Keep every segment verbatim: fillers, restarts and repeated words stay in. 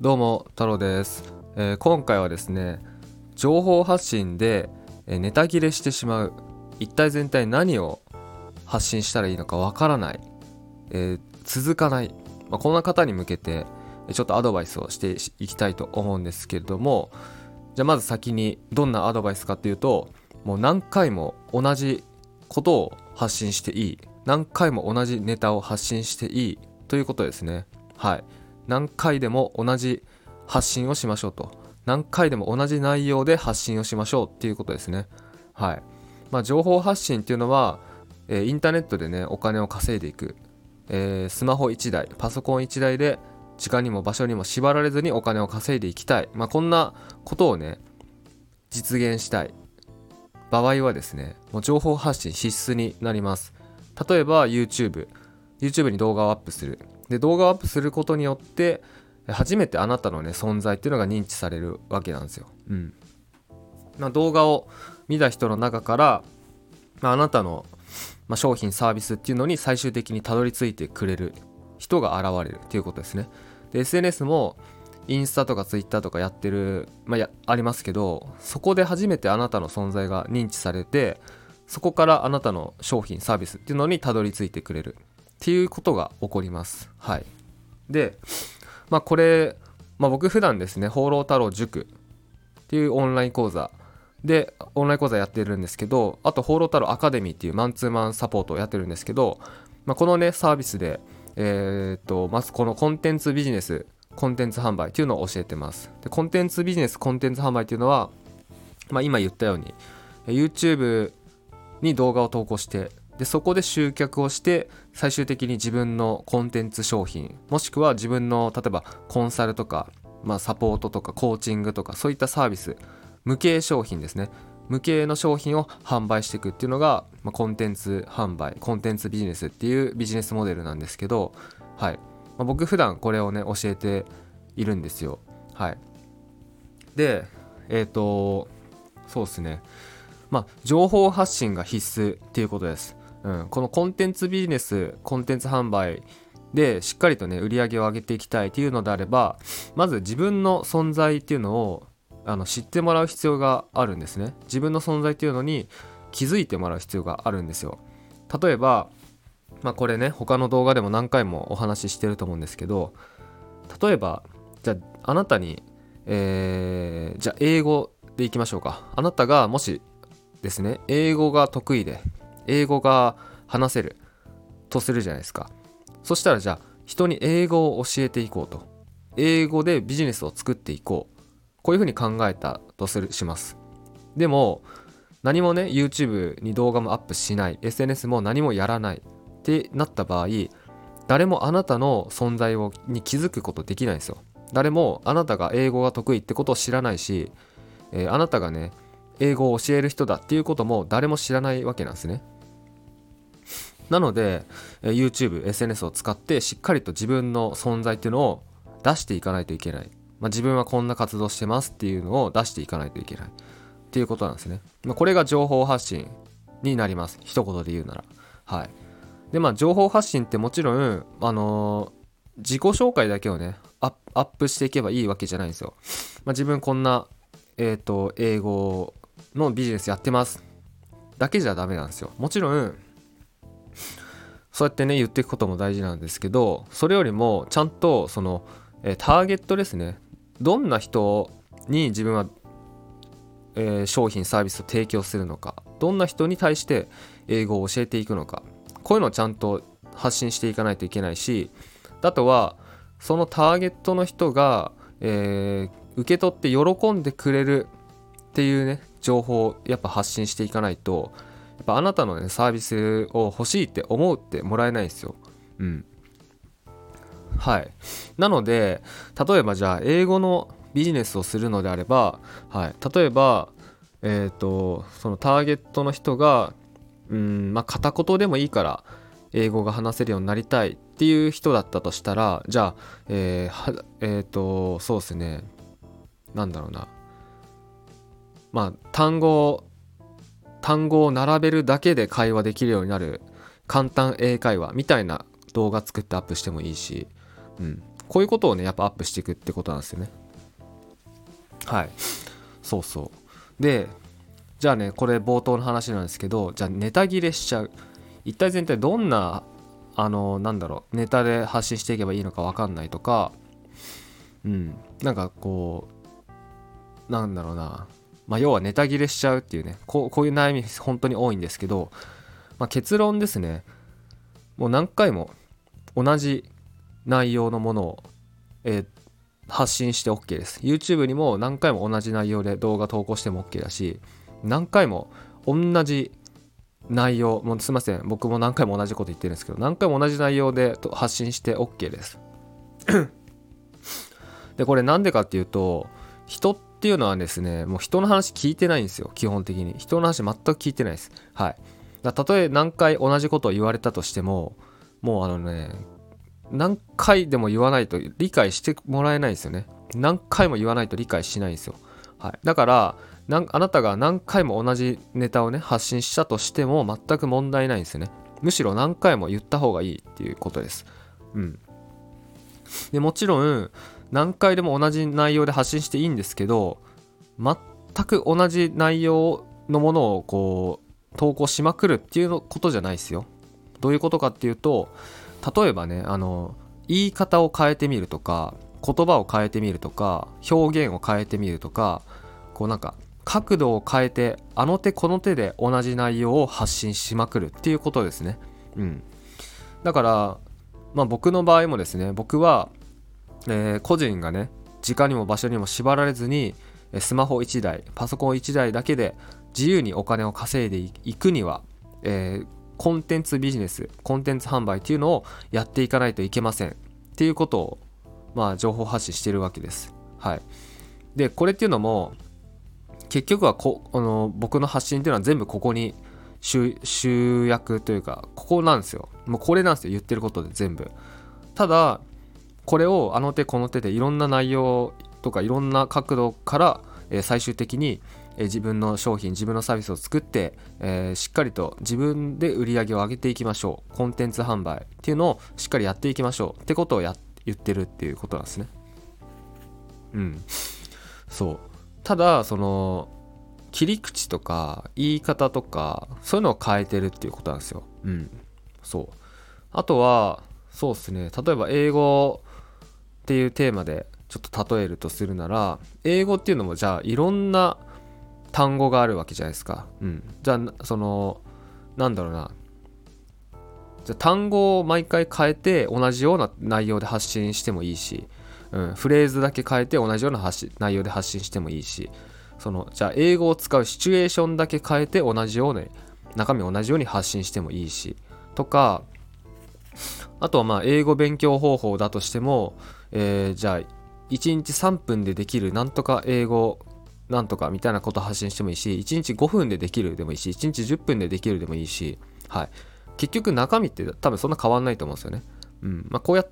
どうも太郎です、えー今回はですね、情報発信で、えーネタ切れしてしまう、一体全体何を発信したらいいのかわからない、えー続かない、まあ、こんな方に向けてえーちょっとアドバイスをしていきたいと思うんですけれども、じゃあまず先にどんなアドバイスかっていうと、もう何回も同じことを発信していい、何回も同じネタを発信していいということですね。はい、何回でも同じ発信をしましょうと、何回でも同じ内容で発信をしましょうっていうことですね。はい、まあ、情報発信っていうのは、えーインターネットでねお金を稼いでいく、えースマホいちだいパソコンいちだいで時間にも場所にも縛られずにお金を稼いでいきたい、まあ、こんなことをね実現したい場合はですね、もう情報発信必須になります。例えば YouTube YouTube に動画をアップする。で動画をアップすることによって初めてあなたのね存在っていうのが認知されるわけなんですよ。うん。まあ、動画を見た人の中から、まあ、あなたの、まあ、商品サービスっていうのに最終的にたどり着いてくれる人が現れるっていうことですね。で エスエヌエス もインスタとかツイッターとかやってる、まあ、やありますけど、そこで初めてあなたの存在が認知されて、そこからあなたの商品サービスっていうのにたどり着いてくれるっていうことが起こります。はい。で、まあこれ、まあ、僕普段ですね、放浪太郎塾っていうオンライン講座でオンライン講座やってるんですけど、あと放浪太郎アカデミーっていうマンツーマンサポートをやってるんですけど、まあ、このねサービスでえー、っとまずこのコンテンツビジネスコンテンツ販売っていうのを教えてます。でコンテンツビジネスコンテンツ販売っていうのは、まあ、今言ったように YouTube に動画を投稿して、でそこで集客をして最終的に自分のコンテンツ商品、もしくは自分の例えばコンサルとか、まあ、サポートとかコーチングとかそういったサービス、無形商品ですね、無形の商品を販売していくっていうのが、まあ、コンテンツ販売コンテンツビジネスっていうビジネスモデルなんですけど、はい、まあ、僕普段これをね教えているんですよ。はい。でえっ、とそうですね、まあ情報発信が必須っていうことです。うん、このコンテンツビジネスコンテンツ販売でしっかりとね売り上げを上げていきたいっていうのであれば、まず自分の存在っていうのをあの知ってもらう必要があるんですね。自分の存在っていうのに気づいてもらう必要があるんですよ。例えば、まあ、これね他の動画でも何回もお話ししてると思うんですけど、例えばじゃああなたに、えーじゃあ英語でいきましょうか。あなたがもしですね英語が得意で英語が話せるとするじゃないですか。そしたらじゃあ人に英語を教えていこうと、英語でビジネスを作っていこう、こういうふうに考えたとするします。でも何もね YouTube に動画もアップしない、 エスエヌエス も何もやらないってなった場合、誰もあなたの存在をに気づくことできないんですよ。誰もあなたが英語が得意ってことを知らないし、えーあなたがね英語を教える人だっていうことも誰も知らないわけなんですね。なので、えー YouTube、エスエヌエス を使ってしっかりと自分の存在っていうのを出していかないといけない。まあ、自分はこんな活動してますっていうのを出していかないといけないっていうことなんですね。まあ、これが情報発信になります。一言で言うなら。はい。で、まあ、情報発信ってもちろん、あのー自己紹介だけをね、アップ、アップしていけばいいわけじゃないんですよ。まあ、自分こんな、えっと、英語のビジネスやってますだけじゃダメなんですよ。もちろん、そうやってね言っていくことも大事なんですけど、それよりもちゃんとその、えーターゲットですね。どんな人に自分は、えー商品サービスを提供するのか、どんな人に対して英語を教えていくのか、こういうのをちゃんと発信していかないといけないし、あとはそのターゲットの人が、えー受け取って喜んでくれるっていうね情報をやっぱ発信していかないと、やっぱあなたのねサービスを欲しいって思うってもらえないんですよ。うん。はい。なので例えばじゃあ英語のビジネスをするのであれば、はい、例えばえっ、とそのターゲットの人がうんまあ片言でもいいから英語が話せるようになりたいっていう人だったとしたら、じゃあえー、はえっ、とそうですね、なんだろうな、まあ単語単語を並べるだけで会話できるようになる簡単英会話みたいな動画作ってアップしてもいいし、うん、 こういうことをねやっぱアップしていくってことなんですよね。はい、そうそうで、じゃあねこれ冒頭の話なんですけど、じゃあネタ切れしちゃう、一体全体どんなあのなんだろうネタで発信していけばいいのか分かんないとか、うんなんかこうなんだろうな、まあ要はネタ切れしちゃうっていうね、こう、こういう悩み本当に多いんですけど、まあ、結論ですね、もう何回も同じ内容のものを、えー発信して OK です。 YouTube にも何回も同じ内容で動画投稿しても OK だし、何回も同じ内容、もうすいません僕も何回も同じこと言ってるんですけど、何回も同じ内容で発信して OK ですでこれなんでかっていうと、人っていうのはですね、もう人の話聞いてないんですよ。基本的に人の話全く聞いてないです。はい。だたとえ何回同じことを言われたとしても、もうあのね何回でも言わないと理解してもらえないんですよね。何回も言わないと理解しないんですよ。はい。だからなんあなたが何回も同じネタをね発信したとしても全く問題ないんですよね。むしろ何回も言った方がいいっていうことです。うん。でもちろん何回でも同じ内容で発信していいんですけど、全く同じ内容のものをこう投稿しまくるっていうことじゃないですよ。どういうことかっていうと、例えばねあの言い方を変えてみるとか、言葉を変えてみるとか、表現を変えてみるとか、こうなんか角度を変えてあの手この手で同じ内容を発信しまくるっていうことですね。うん。だからまあ僕の場合もですね、僕は、えー個人がね時間にも場所にも縛られずにスマホいちだいパソコンいちだいだけで自由にお金を稼いでいくには、えーコンテンツビジネス、コンテンツ販売っていうのをやっていかないといけませんっていうことをまあ情報発信してるわけです。はい。でこれっていうのも結局はこあの僕の発信っていうのは全部ここに 集, 集約というか、ここなんですよ。もうこれなんですよ、言ってることで全部。ただこれをあの手この手でいろんな内容とかいろんな角度から、えー最終的にえ自分の商品、自分のサービスを作って、えーしっかりと自分で売り上げを上げていきましょう。コンテンツ販売っていうのをしっかりやっていきましょうってことをや言ってるっていうことなんですね。うん。そう。ただその切り口とか言い方とかそういうのを変えてるっていうことなんですよ。うん。そう。あとはそうですね。例えば英語っていうテーマでちょっと例えるとするなら、英語っていうのもじゃあいろんな単語があるわけじゃないですか。うん。じゃあそのなんだろうな。じゃあ単語を毎回変えて同じような内容で発信してもいいし、うん、フレーズだけ変えて同じような発信内容で発信してもいいし、そのじゃあ英語を使うシチュエーションだけ変えて同じような中身同じように発信してもいいしとか、あとはまあ英語勉強方法だとしても、えー、じゃあいちにちさんぷんでできるなんとか英語なんとかみたいなことを発信してもいいし、いちにちごふんでできるでもいいし、いちにちじゅっぷんでできるでもいいし、はい、結局中身って多分そんな変わんないと思うんですよね。うんまあ、こうやって、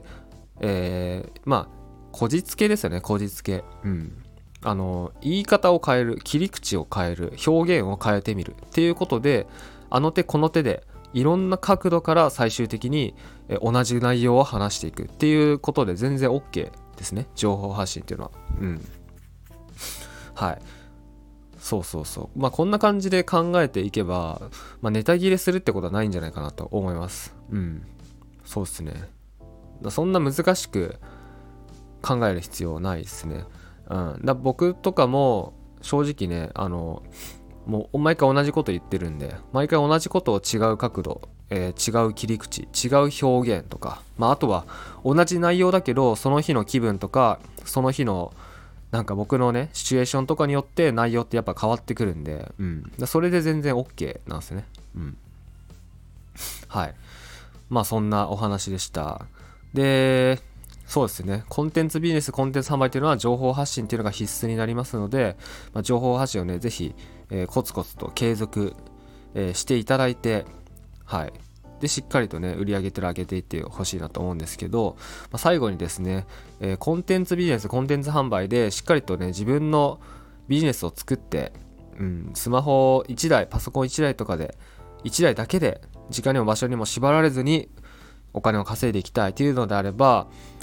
えー、まあこじつけですよね、こじつけ。うん、あの言い方を変える、切り口を変える、表現を変えてみるっていうことで、あの手この手でいろんな角度から最終的に同じ内容を話していくっていうことで全然 OK ですね、情報発信っていうのは。うんはい、そうそうそう。まあこんな感じで考えていけば、まあ、ネタ切れするってことはないんじゃないかなと思います。うん、そうですね。そんな難しく考える必要ないですね。うん、だ僕とかも正直ね、あのもう毎回同じこと言ってるんで、毎回同じことを違う角度、えー違う切り口、違う表現とか、まああとは同じ内容だけどその日の気分とかその日のなんか僕のねシチュエーションとかによって内容ってやっぱ変わってくるんで、うん、それで全然 OK なんですね。うん、はい。まあそんなお話でした。で、そうですね、コンテンツビジネス、コンテンツ販売というのは情報発信というのが必須になりますので、まあ、情報発信をねぜひ、えーコツコツと継続、えーしていただいて、はい。でしっかりとね売り上げて上げていってほしいなと思うんですけど、まあ、最後にですね、えーコンテンツビジネス、コンテンツ販売でしっかりとね自分のビジネスを作って、うん、スマホいちだい、パソコンいちだいとかでいちだいだけで時間にも場所にも縛られずにお金を稼いでいきたいというのであれば、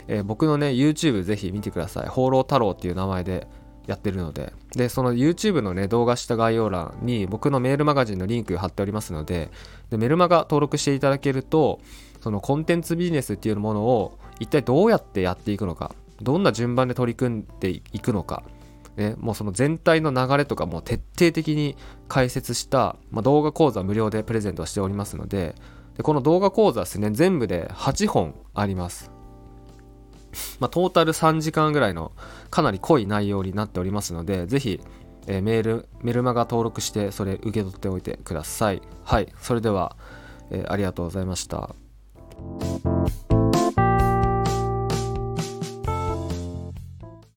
えー、僕のね YouTube ぜひ見てください。放浪太郎っていう名前でやってるので、でその YouTube のね動画下概要欄に僕のメールマガジンのリンク貼っておりますので、でメルマガ登録していただけると、そのコンテンツビジネスっていうものを一体どうやってやっていくのか、どんな順番で取り組んでいくのか、ね、もうその全体の流れとかも徹底的に解説した、まあ、動画講座無料でプレゼントしておりますので、でこの動画講座ですね、全部ではちほんあります。まあ、トータルさんじかんぐらいのかなり濃い内容になっておりますので、ぜひ、えー、メールメルマガ登録してそれ受け取っておいてください。はい、それでは、えー、ありがとうございました。